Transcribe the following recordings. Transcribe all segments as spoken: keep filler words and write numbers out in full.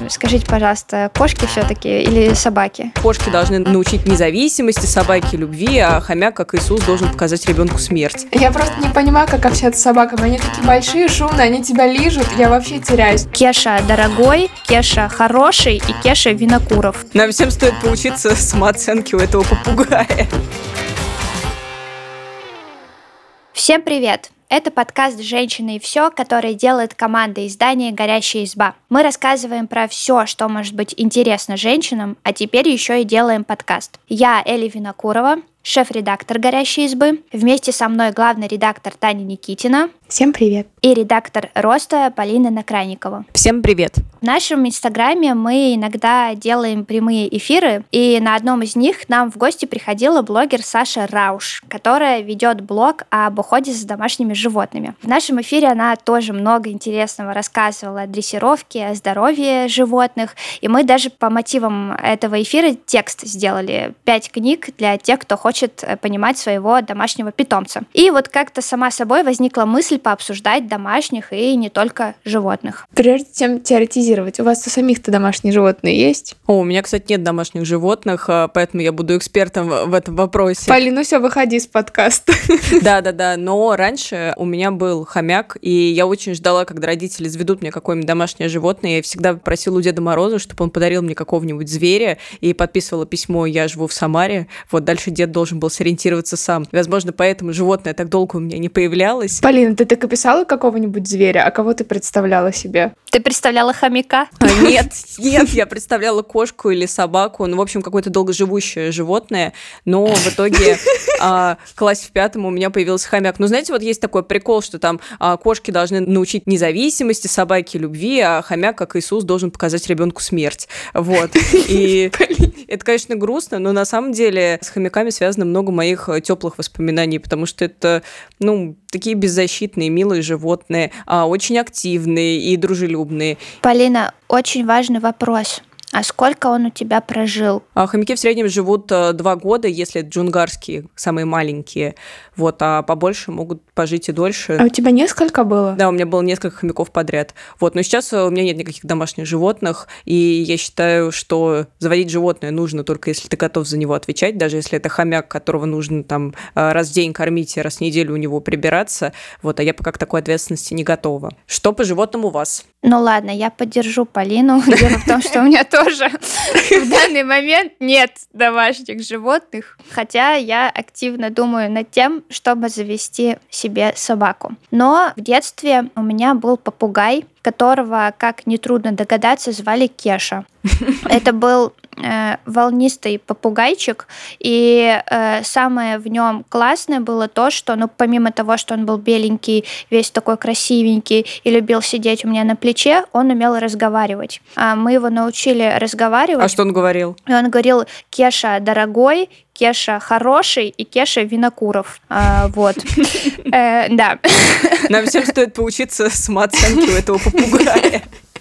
Скажите, пожалуйста, кошки все-таки или собаки? Кошки должны научить независимости, собаки любви, а хомяк, как Иисус, должен показать ребенку смерть. Я просто не понимаю, как общаться с собаками. Они такие большие, шумные, они тебя лижут, я вообще теряюсь. Кеша дорогой, Кеша хороший и Кеша Винокуров. Нам всем стоит поучиться самооценке у этого попугая. Всем привет! Это подкаст «Женщины и все», который делает команда издания «Горящая изба». Мы рассказываем про все, что может быть интересно женщинам, а теперь еще и делаем подкаст. Я Эля Винокурова, шеф-редактор «Горящей избы». Вместе со мной главный редактор Таня Никитина. Всем привет. И редактор «Роста» Полина Накрайникова. Всем привет. В нашем инстаграме мы иногда делаем прямые эфиры, и на одном из них к нам в гости приходила блогер Саша Рауш, которая ведет блог об уходе за домашними животными. В нашем эфире она тоже много интересного рассказывала о дрессировке, о здоровье животных, и мы даже по мотивам этого эфира текст сделали пять книг для тех, кто хочет понимать своего домашнего питомца. И вот как-то сама собой возникла мысль пообсуждать домашних и не только животных. Прежде чем теоретизировать, у вас у самих-то домашние животные есть? О, у меня, кстати, нет домашних животных, поэтому я буду экспертом в этом вопросе. Полина, ну все, выходи из подкаста. Да-да-да, но раньше у меня был хомяк, и я очень ждала, когда родители заведут мне какое-нибудь домашнее животное. Я всегда просила у Деда Мороза, чтобы он подарил мне какого-нибудь зверя, и подписывала письмо «Я живу в Самаре». Вот дальше дед должен был сориентироваться сам. Возможно, поэтому животное так долго у меня не появлялось. Полина, ты так описала какого-нибудь зверя, а кого ты представляла себе? Ты представляла хомяка? А, нет, нет, я представляла кошку или собаку, ну, в общем, какое-то долгоживущее животное, но в итоге а, в классе в пятом у меня появился хомяк. Ну, знаете, вот есть такой прикол, что там а, кошки должны научить независимости, собаки любви, а хомяк, как Иисус, должен показать ребенку смерть. Вот. И это, конечно, грустно, но на самом деле с хомяками связано много моих теплых воспоминаний, потому что это, ну, такие беззащитные, милые животные, а, очень активные и дружелюбные. Полина, очень важный вопрос. А сколько он у тебя прожил? А хомяки в среднем живут два года, если это джунгарские, самые маленькие, вот, а побольше могут пожить и дольше. А у тебя несколько было? Да, у меня было несколько хомяков подряд. Вот, но сейчас у меня нет никаких домашних животных, и я считаю, что заводить животное нужно только если ты готов за него отвечать, даже если это хомяк, которого нужно там раз в день кормить и раз в неделю у него прибираться, вот, а я пока к такой ответственности не готова. Что по животным у вас? Ну ладно, я поддержу Полину. Дело в том, что у меня тоже в данный момент нет домашних животных, хотя я активно думаю над тем, чтобы завести себе собаку. Но в детстве у меня был попугай, которого, как нетрудно догадаться, звали Кеша. Это был э, волнистый попугайчик, и э, самое в нем классное было то, что, ну, помимо того, что он был беленький, весь такой красивенький и любил сидеть у меня на плече, он умел разговаривать. А мы его научили разговаривать. А что он говорил? И он говорил: «Кеша дорогой, Кеша хороший и Кеша Винокуров». А, вот. Э, да. Нам всем стоит поучиться самооценке у этого попугая.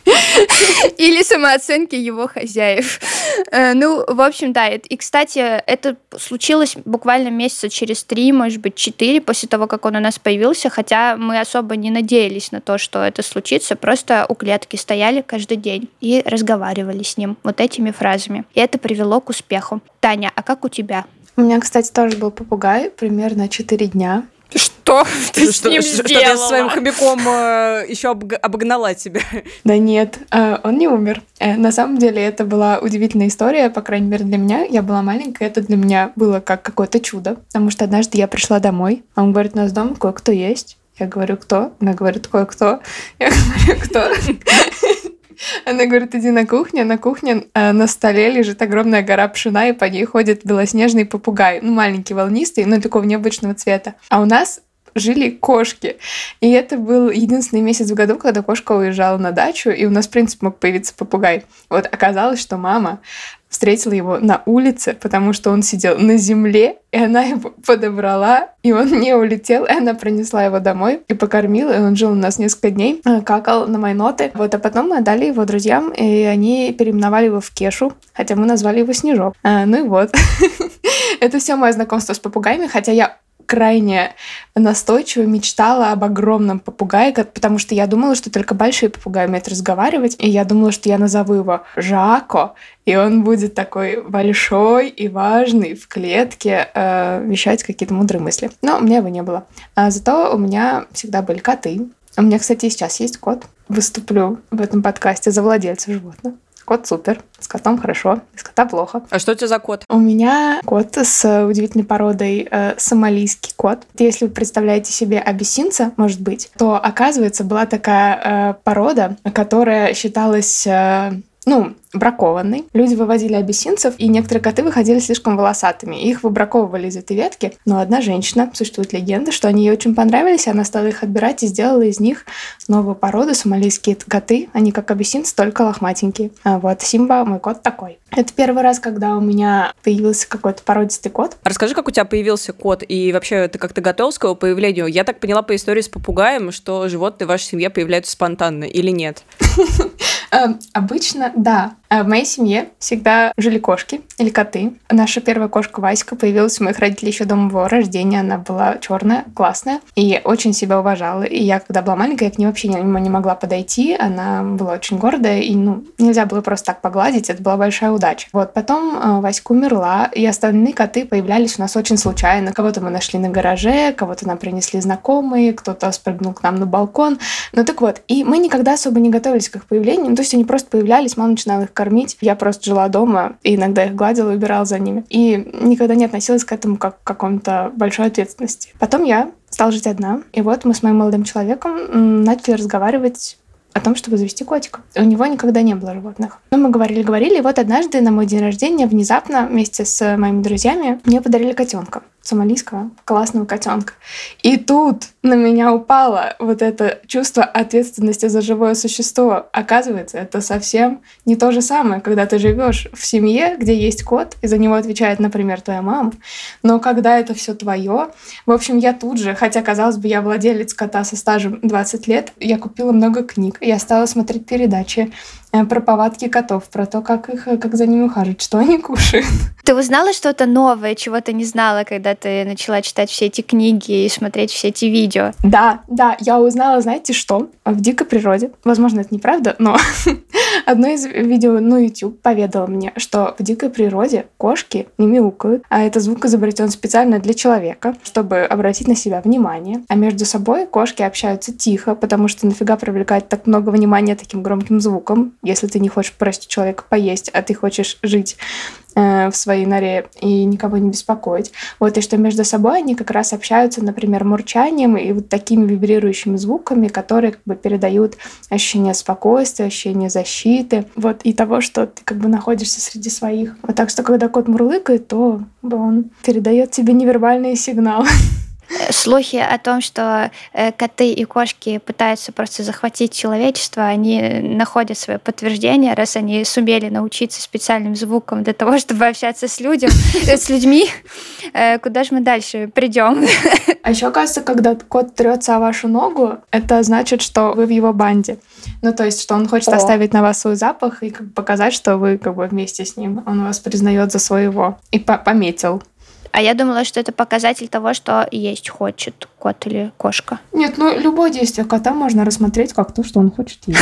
Или самооценки его хозяев. Ну, в общем, да. И, кстати, это случилось буквально месяца через три, может быть, четыре после того, как он у нас появился, хотя мы особо не надеялись на то, что это случится, просто у клетки стояли каждый день и разговаривали с ним вот этими фразами. И это привело к успеху. Таня, а как у тебя? У меня, кстати, тоже был попугай примерно четыре дня. Что ты с что, ним что, сделала? Что ты своим хомяком э, еще обг- обогнала тебя? Да нет, э, он не умер. Э, на самом деле это была удивительная история, по крайней мере для меня. Я была маленькая, это для меня было как какое-то чудо, потому что однажды я пришла домой, а он говорит: у нас дома кое-кто есть. Я говорю: кто? Она говорит: кое-кто. Я говорю: кто? Она говорит: иди на кухню. На кухне э, на столе лежит огромная гора пшена, и по ней ходит белоснежный попугай. Ну, маленький, волнистый, но такого необычного цвета. А у нас жили кошки. И это был единственный месяц в году, когда кошка уезжала на дачу, и у нас, в принципе, мог появиться попугай. Вот оказалось, что мама встретила его на улице, потому что он сидел на земле, и она его подобрала, и он не улетел, и она принесла его домой и покормила, и он жил у нас несколько дней, какал на мои ноты. Вот, а потом мы отдали его друзьям, и они переименовали его в Кешу, хотя мы назвали его Снежок. А, ну и вот. Это все мое знакомство с попугаями, хотя я крайне настойчиво мечтала об огромном попугае, потому что я думала, что только большие попугаи умеют разговаривать, и я думала, что я назову его Жако, и он будет такой большой и важный в клетке э, вещать какие-то мудрые мысли. Но у меня его не было. А зато у меня всегда были коты. У меня, кстати, и сейчас есть кот. Выступлю в этом подкасте за владельца животных. Кот супер, с котом хорошо, с кота плохо. А что у тебя за кот? У меня кот с удивительной породой э, сомалийский кот. Если вы представляете себе абиссинца, может быть, то, оказывается, была такая э, порода, которая считалась... Э, ну, бракованный. Люди выводили абиссинцев, и некоторые коты выходили слишком волосатыми. Их выбраковывали из этой ветки. Но одна женщина, существует легенда, что они ей очень понравились, и она стала их отбирать и сделала из них новую породу, сомалийские коты. Они как абиссинцы, только лохматенькие. А вот Симба, мой кот, такой. Это первый раз, когда у меня появился какой-то породистый кот. Расскажи, как у тебя появился кот, и вообще ты как-то готовилась к его появлению? Я так поняла по истории с попугаем, что животные в вашей семье появляются спонтанно, или нет? Обычно, да. В моей семье всегда жили кошки или коты. Наша первая кошка Васька появилась у моих родителей еще до моего рождения. Она была черная, классная, и очень себя уважала. И я, когда была маленькая, я к ней вообще не, не могла подойти. Она была очень гордая, и ну, нельзя было просто так погладить. Это была большая удача. Вот, потом э, Васька умерла, и остальные коты появлялись у нас очень случайно. Кого-то мы нашли на гараже, кого-то нам принесли знакомые, кто-то спрыгнул к нам на балкон. Ну так вот, и мы никогда особо не готовились к их появлению. Ну, то есть они просто появлялись, мама начинала их кормить. Я просто жила дома и иногда их гладила и убирала за ними. И никогда не относилась к этому как к какому-то большой ответственности. Потом я стала жить одна. И вот мы с моим молодым человеком начали разговаривать о том, чтобы завести котика. У него никогда не было животных. Но мы говорили-говорили, и вот однажды на мой день рождения внезапно вместе с моими друзьями мне подарили котенка. Сомалийского, классного котенка. И тут на меня упало вот это чувство ответственности за живое существо. Оказывается, это совсем не то же самое, когда ты живешь в семье, где есть кот, и за него отвечает, например, твоя мама. Но когда это все твое, в общем, я тут же, хотя, казалось бы, я владелец кота со стажем двадцать лет, я купила много книг, я стала смотреть передачи про повадки котов, про то, как их, как за ними ухаживать, что они кушают. Ты узнала что-то новое, чего ты не знала, когда ты начала читать все эти книги и смотреть все эти видео? Да, да, я узнала, знаете что? В дикой природе, возможно, это неправда, но одно из видео на YouTube поведало мне, что в дикой природе кошки не мяукают, а это звук изобретен специально для человека, чтобы обратить на себя внимание. А между собой кошки общаются тихо, потому что нафига привлекать так много внимания таким громким звуком, если ты не хочешь просить человека поесть, а ты хочешь жить э, в своей норе и никого не беспокоить. Вот, и что между собой они как раз общаются, например, мурчанием и вот такими вибрирующими звуками, которые как бы передают ощущение спокойствия, ощущение защиты, вот, и того, что ты как бы находишься среди своих. Вот, так что, когда кот мурлыкает, то он передает тебе невербальные сигналы. Слухи о том, что э, коты и кошки пытаются просто захватить человечество, они находят свое подтверждение, раз они сумели научиться специальным звукам для того, чтобы общаться с людьми, с людьми. Э, куда же мы дальше придем? А еще, кажется, когда кот трется о вашу ногу, это значит, что вы в его банде. Ну, то есть, что он хочет О. оставить на вас свой запах и как бы показать, что вы как бы вместе с ним. Он вас признает за своего. И по- пометил. А я думала, что это показатель того, что есть хочет кот или кошка. Нет, ну любое действие кота можно рассмотреть как то, что он хочет есть.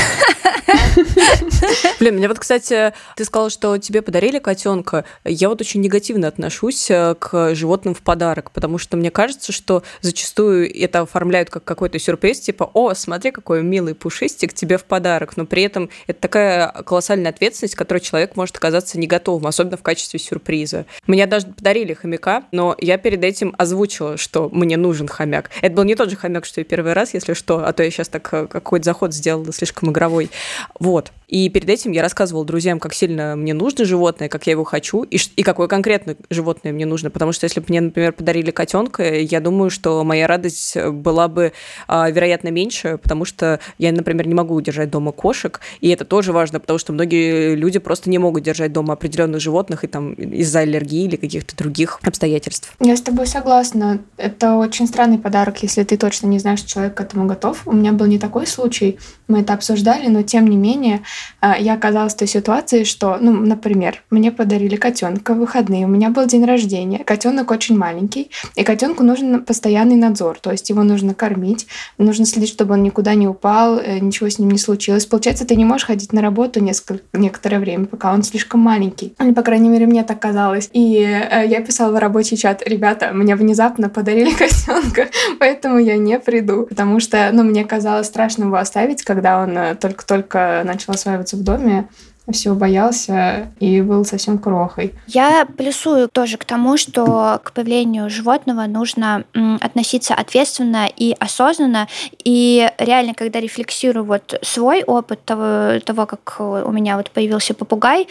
Блин, мне вот, кстати, ты сказала, что тебе подарили котенка. Я вот очень негативно отношусь к животным в подарок, потому что мне кажется, что зачастую это оформляют как какой-то сюрприз, типа, о, смотри, какой милый пушистик тебе в подарок, но при этом это такая колоссальная ответственность, к которой человек может оказаться не готовым, особенно в качестве сюрприза. Мне даже подарили хомяка, но я перед этим озвучила, что мне нужен хомяк. Это был не тот же хомяк, что и первый раз, если что, а то я сейчас так какой-то заход сделала слишком игровой. Вот. И перед этим я рассказывала друзьям, как сильно мне нужно животное, как я его хочу, и, и какое конкретно животное мне нужно. Потому что если бы мне, например, подарили котенка, я думаю, что моя радость была бы, а, вероятно, меньше, потому что я, например, не могу удержать дома кошек. И это тоже важно, потому что многие люди просто не могут держать дома определенных животных и там из-за аллергии или каких-то других обстоятельств. обстоятельств. Я с тобой согласна. Это очень странный подарок, если ты точно не знаешь, что человек к этому готов. У меня был не такой случай, мы это обсуждали, но тем не менее я оказалась в той ситуации, что, ну, например, мне подарили котенка в выходные, у меня был день рождения, котенок очень маленький, и котенку нужен постоянный надзор, то есть его нужно кормить, нужно следить, чтобы он никуда не упал, ничего с ним не случилось. Получается, ты не можешь ходить на работу несколько, некоторое время, пока он слишком маленький. Или, по крайней мере, мне так казалось. И я писала в рабочий чат: ребята, мне внезапно подарили котенка, поэтому я не приду. Потому что, ну, мне казалось страшно его оставить, когда он только-только начал осваиваться в доме. Всего боялся и был совсем крохой. Я плюсую тоже к тому, что к появлению животного нужно м, относиться ответственно и осознанно. И реально, когда рефлексирую вот свой опыт того, того, как у меня вот появился попугай,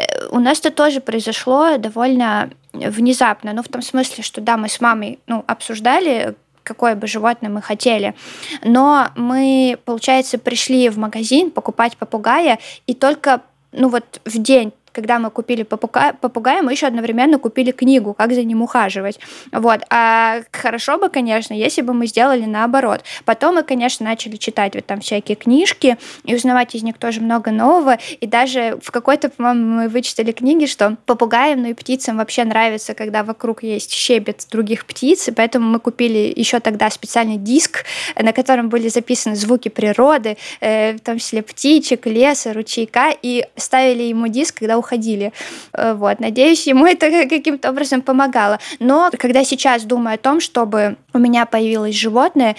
у нас это тоже произошло довольно внезапно. Ну, в том смысле, что да, мы с мамой ну, обсуждали, какое бы животное мы хотели. Но мы, получается, пришли в магазин покупать попугая, и только ну вот в день, когда мы купили попугая, попугая, мы еще одновременно купили книгу, как за ним ухаживать. Вот. А хорошо бы, конечно, если бы мы сделали наоборот. Потом мы, конечно, начали читать вот там всякие книжки и узнавать из них тоже много нового. И даже в какой-то, по-моему, мы вычитали книги, что попугаям, ну и птицам вообще нравится, когда вокруг есть щебет других птиц, и поэтому мы купили еще тогда специальный диск, на котором были записаны звуки природы, э, в том числе птичек, леса, ручейка, и ставили ему диск, когда уходили. Вот. Надеюсь, ему это каким-то образом помогало. Но когда сейчас думаю о том, чтобы у меня появилось животное,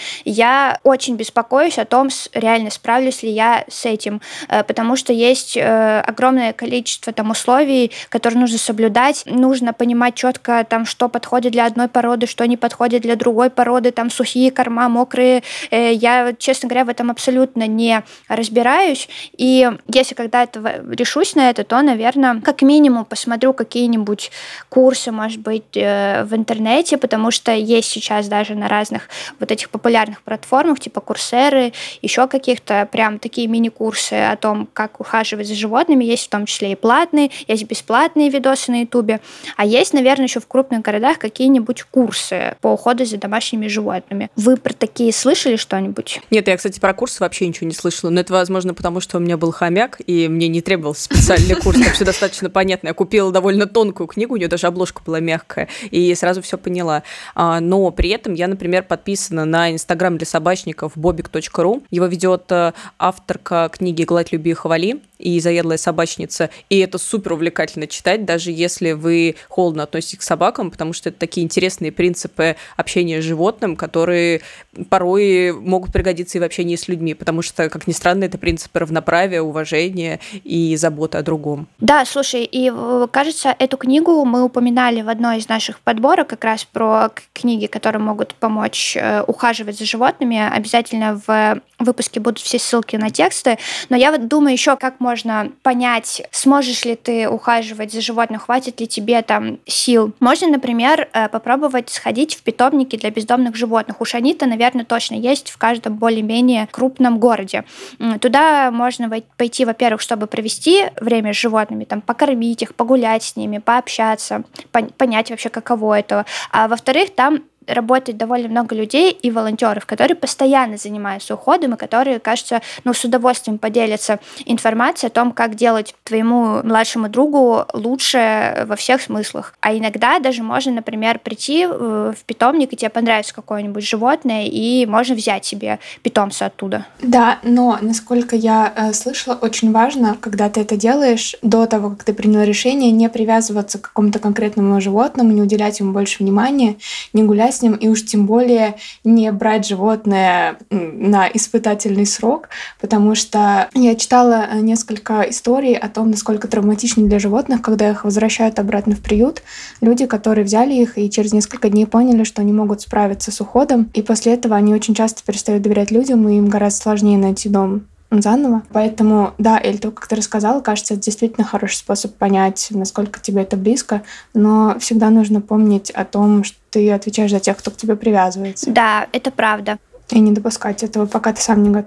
я очень беспокоюсь о том, реально справлюсь ли я с этим, потому что есть огромное количество там условий, которые нужно соблюдать. Нужно понимать четко, там, что подходит для одной породы, что не подходит для другой породы, там сухие корма, мокрые. Я, честно говоря, в этом абсолютно не разбираюсь. И если когда-то решусь на это, то, наверное, как минимум посмотрю какие-нибудь курсы, может быть, в интернете, потому что есть сейчас даже на разных вот этих популярных платформах, типа Курсеры, еще каких-то прям такие мини-курсы о том, как ухаживать за животными. Есть в том числе и платные, есть бесплатные видосы на Ютубе. А есть, наверное, еще в крупных городах какие-нибудь курсы по уходу за домашними животными. Вы про такие слышали что-нибудь? Нет, я, кстати, про курсы вообще ничего не слышала. Но это, возможно, потому что у меня был хомяк, и мне не требовался специальный курс. Там все достаточно понятно. Я купила довольно тонкую книгу, у нее даже обложка была мягкая, и сразу все поняла. Но при этом я, например, подписана на Инстаграм для собачников бобик точка ру. Его ведет авторка книги «Гладь, люби и хвали» и «Заядлая собачница». И это супер увлекательно читать, даже если вы холодно относитесь к собакам, потому что это такие интересные принципы общения с животным, которые порой могут пригодиться и в общении с людьми, потому что, как ни странно, это принципы равноправия, уважения и заботы о другом. Да, слушай, и кажется, эту книгу мы упоминали в одной из наших подборок, как раз про книги, которые могут помочь ухаживать за животными. Обязательно в выпуске будут все ссылки на тексты. Но я вот думаю еще, как можно понять, сможешь ли ты ухаживать за животным, хватит ли тебе там сил. Можно, например, попробовать сходить в питомники для бездомных животных. Уж они-то, наверное, точно есть в каждом более-менее крупном городе. Туда можно пойти, во-первых, чтобы провести время с животными, там, покормить их, погулять с ними, пообщаться, понять вообще, каково это. А во-вторых, там работает довольно много людей и волонтеров, которые постоянно занимаются уходом и которые, кажется, ну, с удовольствием поделятся информацией о том, как делать твоему младшему другу лучше во всех смыслах. А иногда даже можно, например, прийти в питомник, и тебе понравится какое-нибудь животное, и можно взять себе питомца оттуда. Да, но, насколько я э, слышала, очень важно, когда ты это делаешь, до того, как ты принял решение, не привязываться к какому-то конкретному животному, не уделять ему больше внимания, не гулять с ним, и уж тем более не брать животное на испытательный срок, потому что я читала несколько историй о том, насколько травматично для животных, когда их возвращают обратно в приют. Люди, которые взяли их и через несколько дней поняли, что они могут справиться с уходом, и после этого они очень часто перестают доверять людям, и им гораздо сложнее найти дом заново. Поэтому, да, Эль, то, как ты рассказала, кажется, это действительно хороший способ понять, насколько тебе это близко, но всегда нужно помнить о том, что ты отвечаешь за тех, кто к тебе привязывается. Да, это правда. И не допускать этого, пока ты сам не готов.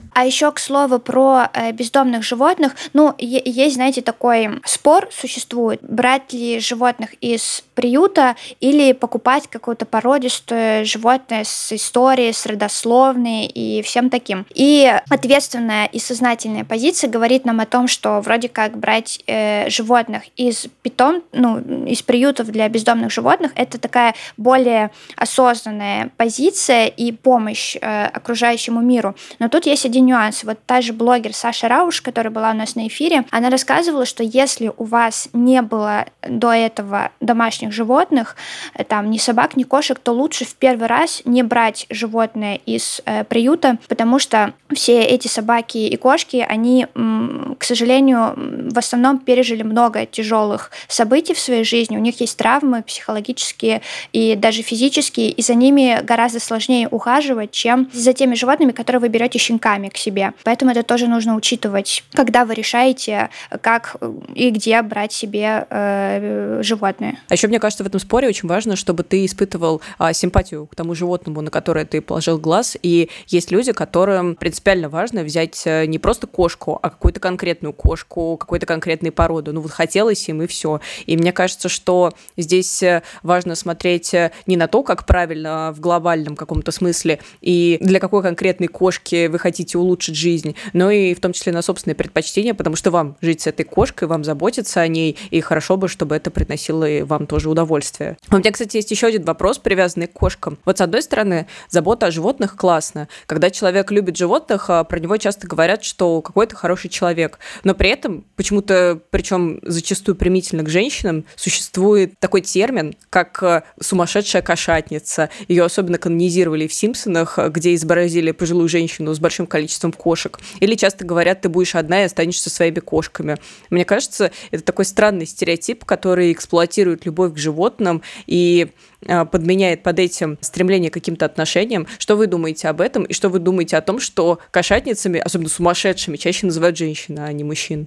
А еще, к слову, про э, бездомных животных. Ну, е- есть, знаете, такой спор существует. Брать ли животных из приюта или покупать какое-то породистое животное с историей, с родословной и всем таким. И ответственная и сознательная позиция говорит нам о том, что вроде как брать э, животных из питом, ну, из приютов для бездомных животных, это такая более осознанная позиция и помощь э, окружающему миру. Но тут есть один нюанс. Вот та же блогер Саша Рауш, которая была у нас на эфире, она рассказывала, что если у вас не было до этого домашних животных, э, там ни собак, ни кошек, то лучше в первый раз не брать животное из э, приюта, потому что все эти собаки и кошки, они, м, к сожалению, в основном пережили много тяжелых событий в своей жизни. У них есть травмы психологические и даже физические, и за ними гораздо сложнее ухаживать, чем за теми животными, которые вы берете щенками к себе. Поэтому это тоже нужно учитывать, когда вы решаете, как и где брать себе э, животное. А еще, мне кажется, в этом споре очень важно, чтобы ты испытывал а, симпатию к тому животному, на которое ты положил глаз. И есть люди, которым принципиально важно взять не просто кошку, а какую-то конкретную кошку, какой-то конкретной породы. Ну вот хотелось им, и все. И мне кажется, что здесь важно смотреть не на то, как правильно в глобальном каком-то смысле, и для какой конкретной кошки вы хотите улучшить жизнь, но и в том числе на собственные предпочтения, потому что вам жить с этой кошкой, вам заботиться о ней, и хорошо бы, чтобы это приносило и вам тоже удовольствие. У меня, кстати, есть еще один вопрос, привязанный к кошкам. Вот с одной стороны, забота о животных классно. Когда человек любит животных, про него часто говорят, что какой-то хороший человек. Но при этом почему-то, причем зачастую примитивно к женщинам, существует такой термин, как сумасшедшая кошатница. Ее особенно канонизировали в «Симпсонах», где изобразили пожилую женщину с большим количеством кошек. Или часто говорят, ты будешь одна и останешься со своими кошками. Мне кажется, это такой странный стереотип, который эксплуатирует любовь к животным и подменяет под этим стремление к каким-то отношениям. Что вы думаете об этом? И что вы думаете о том, что кошатницами, особенно сумасшедшими, чаще называют женщин, а не мужчин?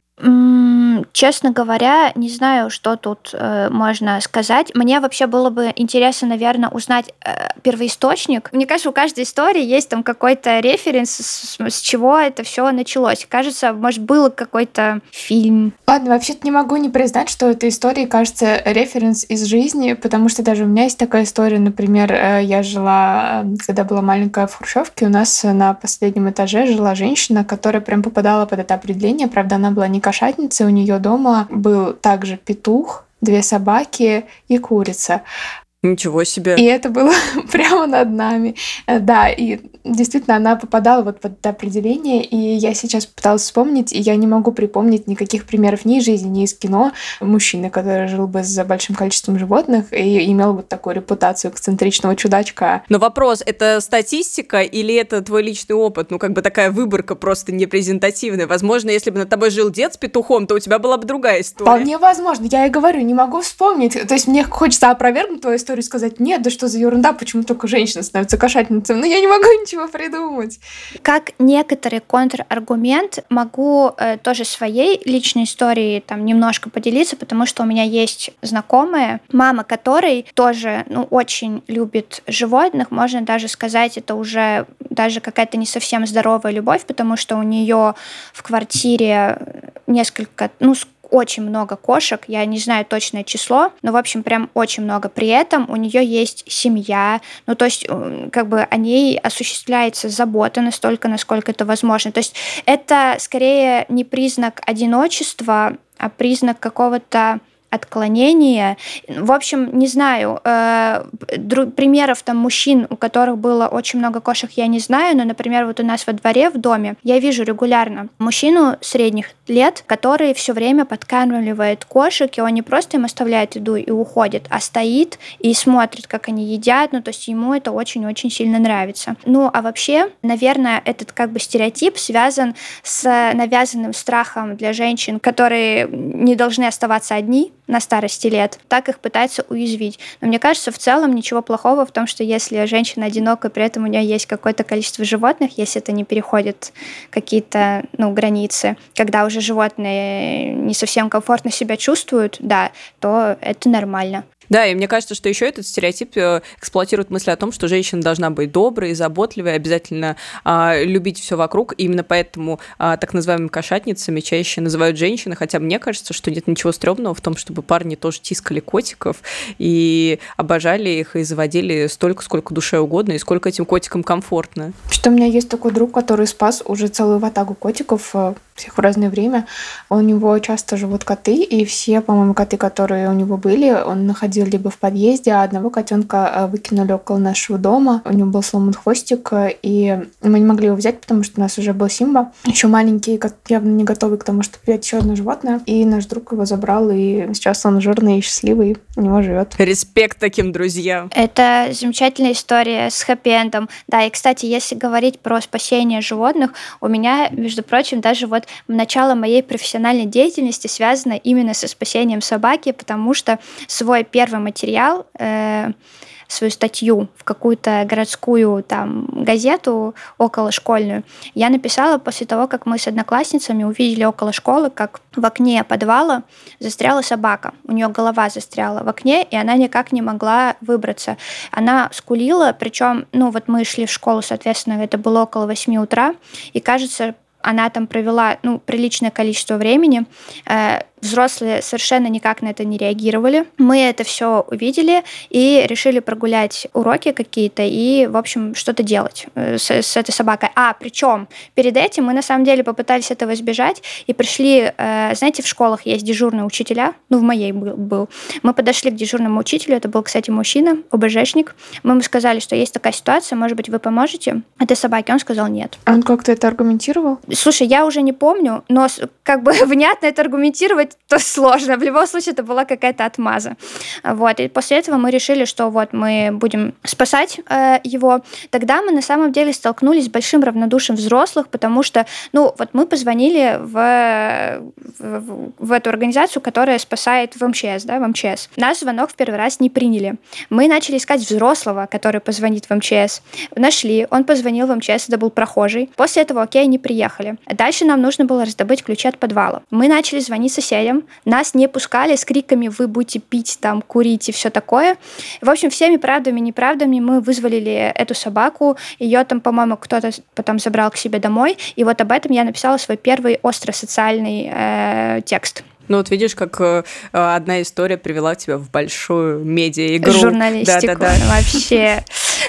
Честно говоря, не знаю, что тут э, можно сказать. Мне вообще было бы интересно, наверное, узнать э, первоисточник. Мне кажется, у каждой истории есть там какой-то референс, с, с чего это все началось. Кажется, может, был какой-то фильм. Ладно, вообще-то не могу не признать, что этой истории кажется референс из жизни, потому что даже у меня есть такая история, например, я жила, когда была маленькая в Хрущевке, у нас на последнем этаже жила женщина, которая прям попадала под это определение. Правда, она была не кошатницей, у нее дома был также петух, две собаки и курица. Ничего себе. И это было прямо над нами. Да, и действительно она попадала вот под это определение, и я сейчас пыталась вспомнить, и я не могу припомнить никаких примеров ни из жизни, ни из кино мужчины, который жил бы за большим количеством животных и имел бы такую репутацию эксцентричного чудачка. Но вопрос, это статистика или это твой личный опыт? Ну, как бы такая выборка просто непрезентативная. Возможно, если бы над тобой жил дед с петухом, то у тебя была бы другая история. Вполне возможно. Я и говорю, не могу вспомнить. То есть мне хочется опровергнуть твою историю и сказать, нет, да что за ерунда, почему только женщина становится кошатницей? Но я не могу ничего придумать. Как некоторый контраргумент могу э, тоже своей личной историей там немножко поделиться, потому что у меня есть знакомая, мама которой тоже ну, очень любит животных. Можно даже сказать, это уже даже какая-то не совсем здоровая любовь, потому что у нее в квартире несколько, ну, очень много кошек, я не знаю точное число, но, в общем, прям очень много. При этом у нее есть семья, ну, то есть, как бы о ней осуществляется забота настолько, насколько это возможно. То есть это скорее не признак одиночества, а признак какого-то отклонения. В общем, не знаю, э, дру- примеров там мужчин, у которых было очень много кошек, я не знаю, но, например, вот у нас во дворе в доме я вижу регулярно мужчину средних лет, который все время подкармливает кошек, и он не просто им оставляет еду и уходит, а стоит и смотрит, как они едят, ну, то есть ему это очень-очень сильно нравится. Ну, а вообще, наверное, этот как бы стереотип связан с навязанным страхом для женщин, которые не должны оставаться одни, на старости лет, так их пытается уязвить. Но мне кажется, в целом ничего плохого в том, что если женщина одинока, при этом у нее есть какое-то количество животных, если это не переходит какие-то, ну, границы, когда уже животные не совсем комфортно себя чувствуют, да, то это нормально. Да, и мне кажется, что еще этот стереотип эксплуатирует мысль о том, что женщина должна быть доброй, заботливой, обязательно а, любить все вокруг. И именно поэтому а, так называемыми кошатницами чаще называют женщины. Хотя мне кажется, что нет ничего стрёмного в том, чтобы парни тоже тискали котиков и обожали их, и заводили столько, сколько душе угодно, и сколько этим котикам комфортно. Что у меня есть такой друг, который спас уже целую ватагу котиков, всех в разное время. У него часто живут коты, и все, по-моему, коты, которые у него были, он находил либо в подъезде, а одного котенка выкинули около нашего дома. У него был сломан хвостик, и мы не могли его взять, потому что у нас уже был Симба, еще маленький, явно не готовый к тому, чтобы взять еще одно животное. И наш друг его забрал, и сейчас он жирный и счастливый, у него живет. Респект таким друзьям. Это замечательная история с хэппи-эндом. Да, и, кстати, если говорить про спасение животных, у меня, между прочим, даже вот начало моей профессиональной деятельности связано именно со спасением собаки, потому что свой первый материал, э, свою статью в какую-то городскую там газету околошкольную я написала после того, как мы с одноклассницами увидели около школы, как в окне подвала застряла собака. У нее голова застряла в окне, и она никак не могла выбраться. Она скулила, причем, ну вот мы шли в школу, соответственно, это было около восьми утра, и кажется, она там провела, ну, приличное количество времени. Взрослые совершенно никак на это не реагировали. Мы это все увидели и решили прогулять уроки какие-то и, в общем, что-то делать с, с этой собакой. А, причем перед этим мы на самом деле попытались этого избежать и пришли, знаете, в школах есть дежурные учителя, ну, в моей был. был. Мы подошли к дежурному учителю, это был, кстати, мужчина, ОБЖшник. Мы ему сказали, что есть такая ситуация, может быть, вы поможете этой собаке? Он сказал нет. Он как-то это аргументировал? Слушай, я уже не помню, но как бы внятно это аргументировать то сложно. В любом случае, это была какая-то отмаза. Вот. И после этого мы решили, что вот мы будем спасать э, его. Тогда мы на самом деле столкнулись с большим равнодушием взрослых, потому что, ну, вот мы позвонили в, в, в эту организацию, которая спасает в МЧС, да, в МЧС. Наш звонок в первый раз не приняли. Мы начали искать взрослого, который позвонит в МЧС. Нашли, он позвонил в МЧС, это был прохожий. После этого, окей, они приехали. Дальше нам нужно было раздобыть ключи от подвала. Мы начали звонить соседям, нас не пускали с криками «вы будете пить, там, курить» и все такое. В общем, всеми правдами и неправдами мы вызволили эту собаку, ее там, по-моему, кто-то потом забрал к себе домой, и вот об этом я написала свой первый остро-социальный э, текст. Ну вот видишь, как э, одна история привела тебя в большую медиа-игру. Журналистику, да, да, да. Вообще.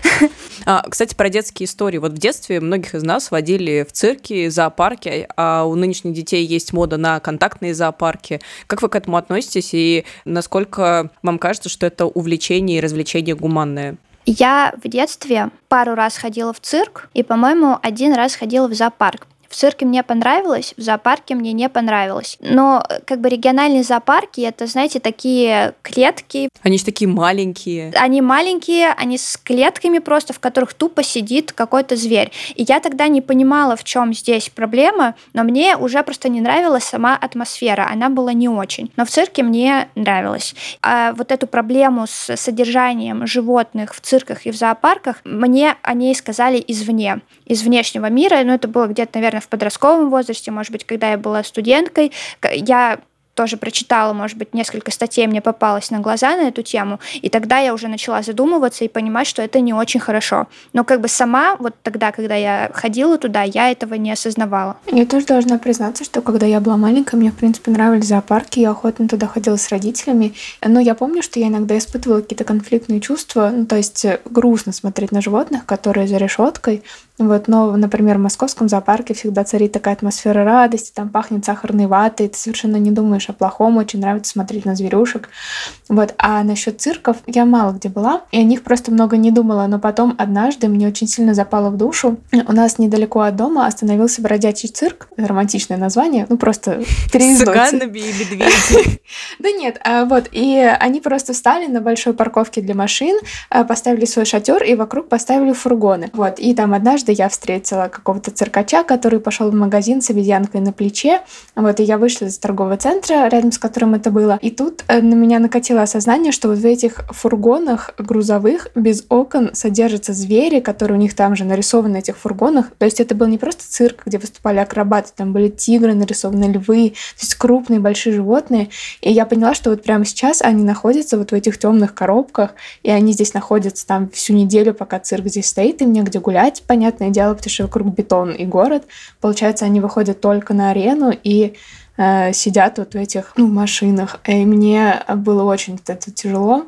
А, кстати, про детские истории. Вот в детстве многих из нас водили в цирки, зоопарки, а у нынешних детей есть мода на контактные зоопарки. Как вы к этому относитесь и насколько вам кажется, что это увлечение и развлечение гуманное? Я в детстве пару раз ходила в цирк и, по-моему, один раз ходила в зоопарк. В цирке мне понравилось, в зоопарке мне не понравилось. Но как бы региональные зоопарки, это, знаете, такие клетки. Они же такие маленькие. Они маленькие, они с клетками просто, в которых тупо сидит какой-то зверь. И я тогда не понимала, в чем здесь проблема, но мне уже просто не нравилась сама атмосфера, она была не очень. Но в цирке мне нравилось. А вот эту проблему с содержанием животных в цирках и в зоопарках, мне о ней сказали извне, из внешнего мира, но это было где-то, наверное, в подростковом возрасте, может быть, когда я была студенткой. Я тоже прочитала, может быть, несколько статей, мне попалось на глаза на эту тему, и тогда я уже начала задумываться и понимать, что это не очень хорошо. Но как бы сама, вот тогда, когда я ходила туда, я этого не осознавала. Я тоже должна признаться, что когда я была маленькая, мне, в принципе, нравились зоопарки, я охотно туда ходила с родителями, но я помню, что я иногда испытывала какие-то конфликтные чувства, ну, то есть грустно смотреть на животных, которые за решеткой. Вот, но, например, в московском зоопарке всегда царит такая атмосфера радости, там пахнет сахарной ватой, ты совершенно не думаешь о плохом, очень нравится смотреть на зверюшек. Вот. А насчет цирков я мало где была, и о них просто много не думала, но потом однажды мне очень сильно запало в душу. У нас недалеко от дома остановился бродячий цирк, романтичное название, ну просто переиздать. С цыганами и медведями. Да нет, вот, и они просто встали на большой парковке для машин, поставили свой шатер и вокруг поставили фургоны. Вот, и там однажды я встретила какого-то циркача, который пошел в магазин с обезьянкой на плече. Вот, и я вышла из торгового центра, гаража, рядом с которым это было. И тут на меня накатило осознание, что вот в этих фургонах грузовых без окон содержатся звери, которые у них там же нарисованы, на этих фургонах. То есть это был не просто цирк, где выступали акробаты, там были тигры нарисованы, львы, то есть крупные, большие животные. И я поняла, что вот прямо сейчас они находятся вот в этих темных коробках, и они здесь находятся там всю неделю, пока цирк здесь стоит, им негде гулять, понятное дело, потому что вокруг бетон и город. Получается, они выходят только на арену и э, сидят вот в этих ну, машинах. И мне было очень это тяжело.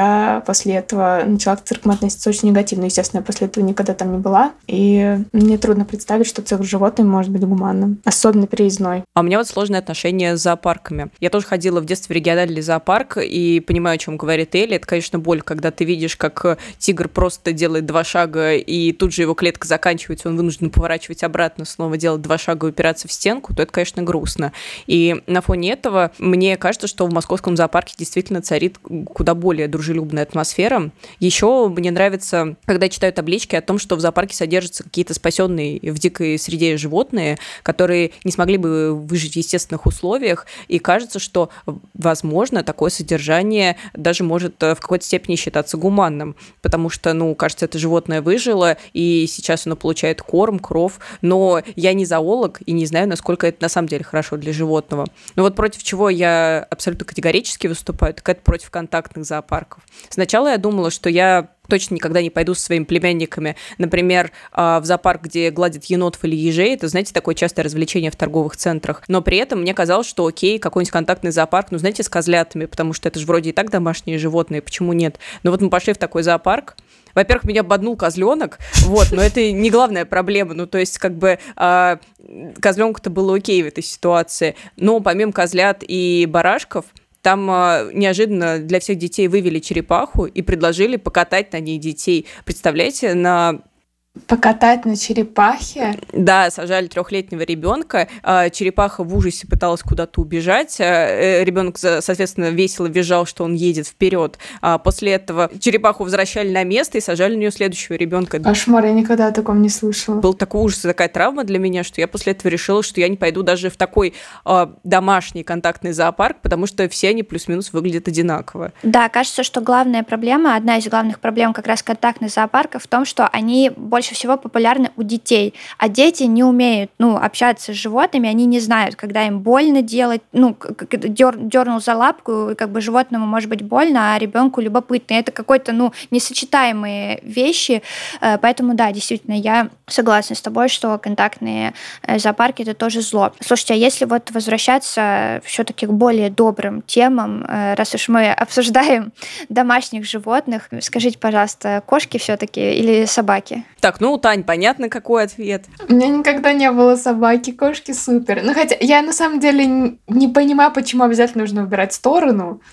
Я после этого начала к циркам относиться очень негативно. Естественно, я после этого никогда там не была. И мне трудно представить, что цирк с животными может быть гуманным. Особенно переездной. А у меня вот сложные отношения с зоопарками. Я тоже ходила в детстве в региональный зоопарк и понимаю, о чем говорит Элли. Это, конечно, боль, когда ты видишь, как тигр просто делает два шага, и тут же его клетка заканчивается, он вынужден поворачивать обратно, снова делать два шага и упираться в стенку, то это, конечно, грустно. И на фоне этого мне кажется, что в московском зоопарке действительно царит куда более дружелюбная атмосфера. Еще мне нравится, когда читаю таблички о том, что в зоопарке содержатся какие-то спасенные в дикой среде животные, которые не смогли бы выжить в естественных условиях, и кажется, что, возможно, такое содержание даже может в какой-то степени считаться гуманным, потому что, ну, кажется, это животное выжило, и сейчас оно получает корм, кров, но я не зоолог и не знаю, насколько это на самом деле хорошо для животного. Но вот против чего я абсолютно категорически выступаю, так это против контактных зоопарков. Сначала я думала, что я точно никогда не пойду со своими племянниками, например, в зоопарк, где гладят енотов или ежей. Это, знаете, такое частое развлечение в торговых центрах. Но при этом мне казалось, что окей, какой-нибудь контактный зоопарк, ну, знаете, с козлятами, потому что это же вроде и так домашние животные, почему нет? Но вот мы пошли в такой зоопарк. Во-первых, меня обманул козленок, вот, но это не главная проблема. Ну, то есть, как бы, э, козленку-то было окей в этой ситуации. Но помимо козлят и барашков, там э, неожиданно для всех детей вывели черепаху и предложили покатать на ней детей. Представляете, на... Покатать на черепахе? Да, сажали трехлетнего ребенка. Черепаха в ужасе пыталась куда-то убежать. Ребенок, соответственно, весело визжал, что он едет вперед. После этого черепаху возвращали на место и сажали на нее следующего ребенка. Кошмар, я никогда о таком не слышала. Был такой ужас, такая травма для меня, что я после этого решила, что я не пойду даже в такой э, домашний контактный зоопарк, потому что все они плюс-минус выглядят одинаково. Да, кажется, что главная проблема, одна из главных проблем как раз контактных зоопарков в том, что они больше больше всего популярны у детей, а дети не умеют, ну, общаться с животными, они не знают, когда им больно делать, ну, дер, дернул за лапку, и как бы животному может быть больно, а ребенку любопытно. Это какой-то, ну, несочетаемые вещи, поэтому, да, действительно, я согласна с тобой, что контактные зоопарки — это тоже зло. Слушайте, а если вот возвращаться все-таки к более добрым темам, раз уж мы обсуждаем домашних животных, скажите, пожалуйста, кошки все-таки или собаки? Так, ну, Тань, понятно, какой ответ. У меня никогда не было собаки, кошки супер. Ну, хотя я на самом деле не понимаю, почему обязательно нужно выбирать сторону.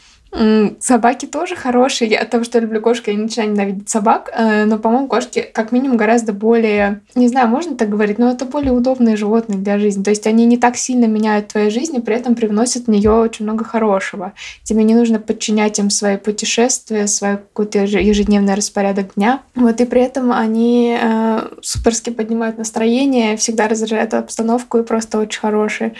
Собаки тоже хорошие. Я от того, что я люблю кошек, я не начинаю ненавидеть собак. Но, по-моему, кошки как минимум гораздо более... Не знаю, можно так говорить, но это более удобные животные для жизни. То есть они не так сильно меняют твою жизнь, и при этом привносят в нее очень много хорошего. Тебе не нужно подчинять им свои путешествия, свой какой-то ежедневный распорядок дня. Вот, и при этом они э, суперски поднимают настроение, всегда разряжают обстановку и просто очень хорошие.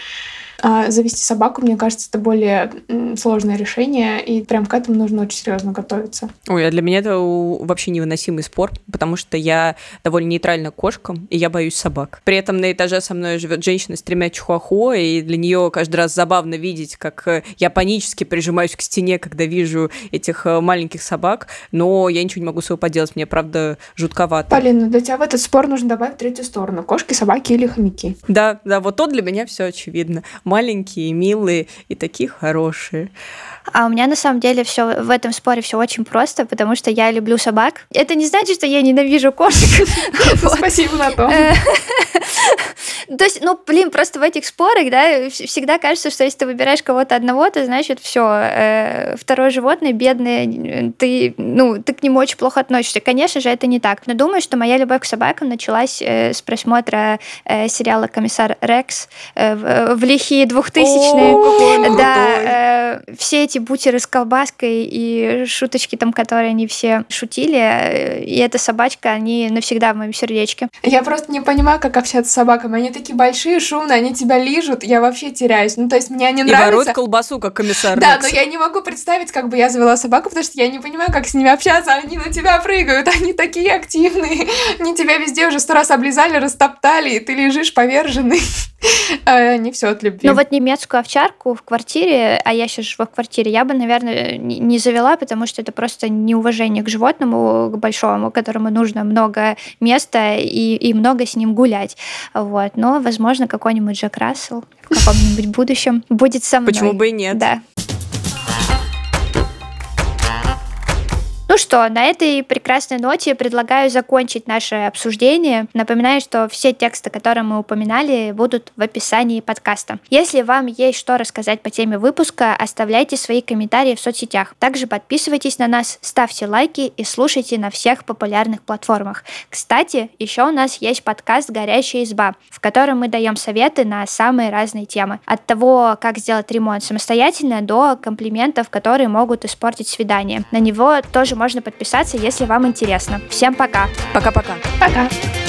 А завести собаку, мне кажется, это более сложное решение, и прям к этому нужно очень серьезно готовиться. Ой, а для меня это вообще невыносимый спор, потому что я довольно нейтральна к кошкам, и я боюсь собак. При этом на этаже со мной живет женщина с тремя чихуахуа, и для нее каждый раз забавно видеть, как я панически прижимаюсь к стене, когда вижу этих маленьких собак, но я ничего не могу с собой поделать, мне, правда, жутковато. Полина, для тебя в этот спор нужно добавить третью сторону. Кошки, собаки или хомяки. Да, да, вот тут для меня все очевидно. Маленькие, милые и такие хорошие. А у меня на самом деле все в этом споре все очень просто, потому что я люблю собак. Это не значит, что я ненавижу кошек. Спасибо на то. То есть, ну, блин, просто в этих спорах, да, всегда кажется, что если ты выбираешь кого-то одного, то значит, все, второе животное бедное, ты, ну, ты к нему очень плохо относишься. Конечно же, это не так. Но думаю, что моя любовь к собакам началась с просмотра сериала «Комиссар Рекс» в лихие двухтысячные. Да, все эти бутеры с колбаской и шуточки там, которые они все шутили, и эта собачка, они навсегда в моем сердечке. Я просто не понимаю, как общаться с собаками. Они такие большие, шумные, они тебя лижут, я вообще теряюсь. Ну, то есть мне они нравятся. И воруют колбасу, как комиссар Да, Рекс. но я не могу представить, как бы я завела собаку, потому что я не понимаю, как с ними общаться. Они на тебя прыгают, они такие активные. Они тебя везде уже сто раз облизали, растоптали, и ты лежишь поверженный. Не все от любви. Ну вот немецкую овчарку в квартире, а я сейчас живу в квартире, я бы, наверное, не завела, потому что это просто неуважение к животному, к большому, которому нужно много места и, и много с ним гулять. Вот. Но, возможно, какой-нибудь Джек Рассел в каком-нибудь будущем будет со мной. Почему бы и нет? Да. Ну что, на этой прекрасной ноте предлагаю закончить наше обсуждение. Напоминаю, что все тексты, которые мы упоминали, будут в описании подкаста. Если вам есть что рассказать по теме выпуска, оставляйте свои комментарии в соцсетях. Также подписывайтесь на нас, ставьте лайки и слушайте на всех популярных платформах. Кстати, еще у нас есть подкаст «Горящая изба», в котором мы даем советы на самые разные темы. От того, как сделать ремонт самостоятельно, до комплиментов, которые могут испортить свидание. На него тоже можно подписаться, если вам интересно. Всем пока! Пока-пока! Пока!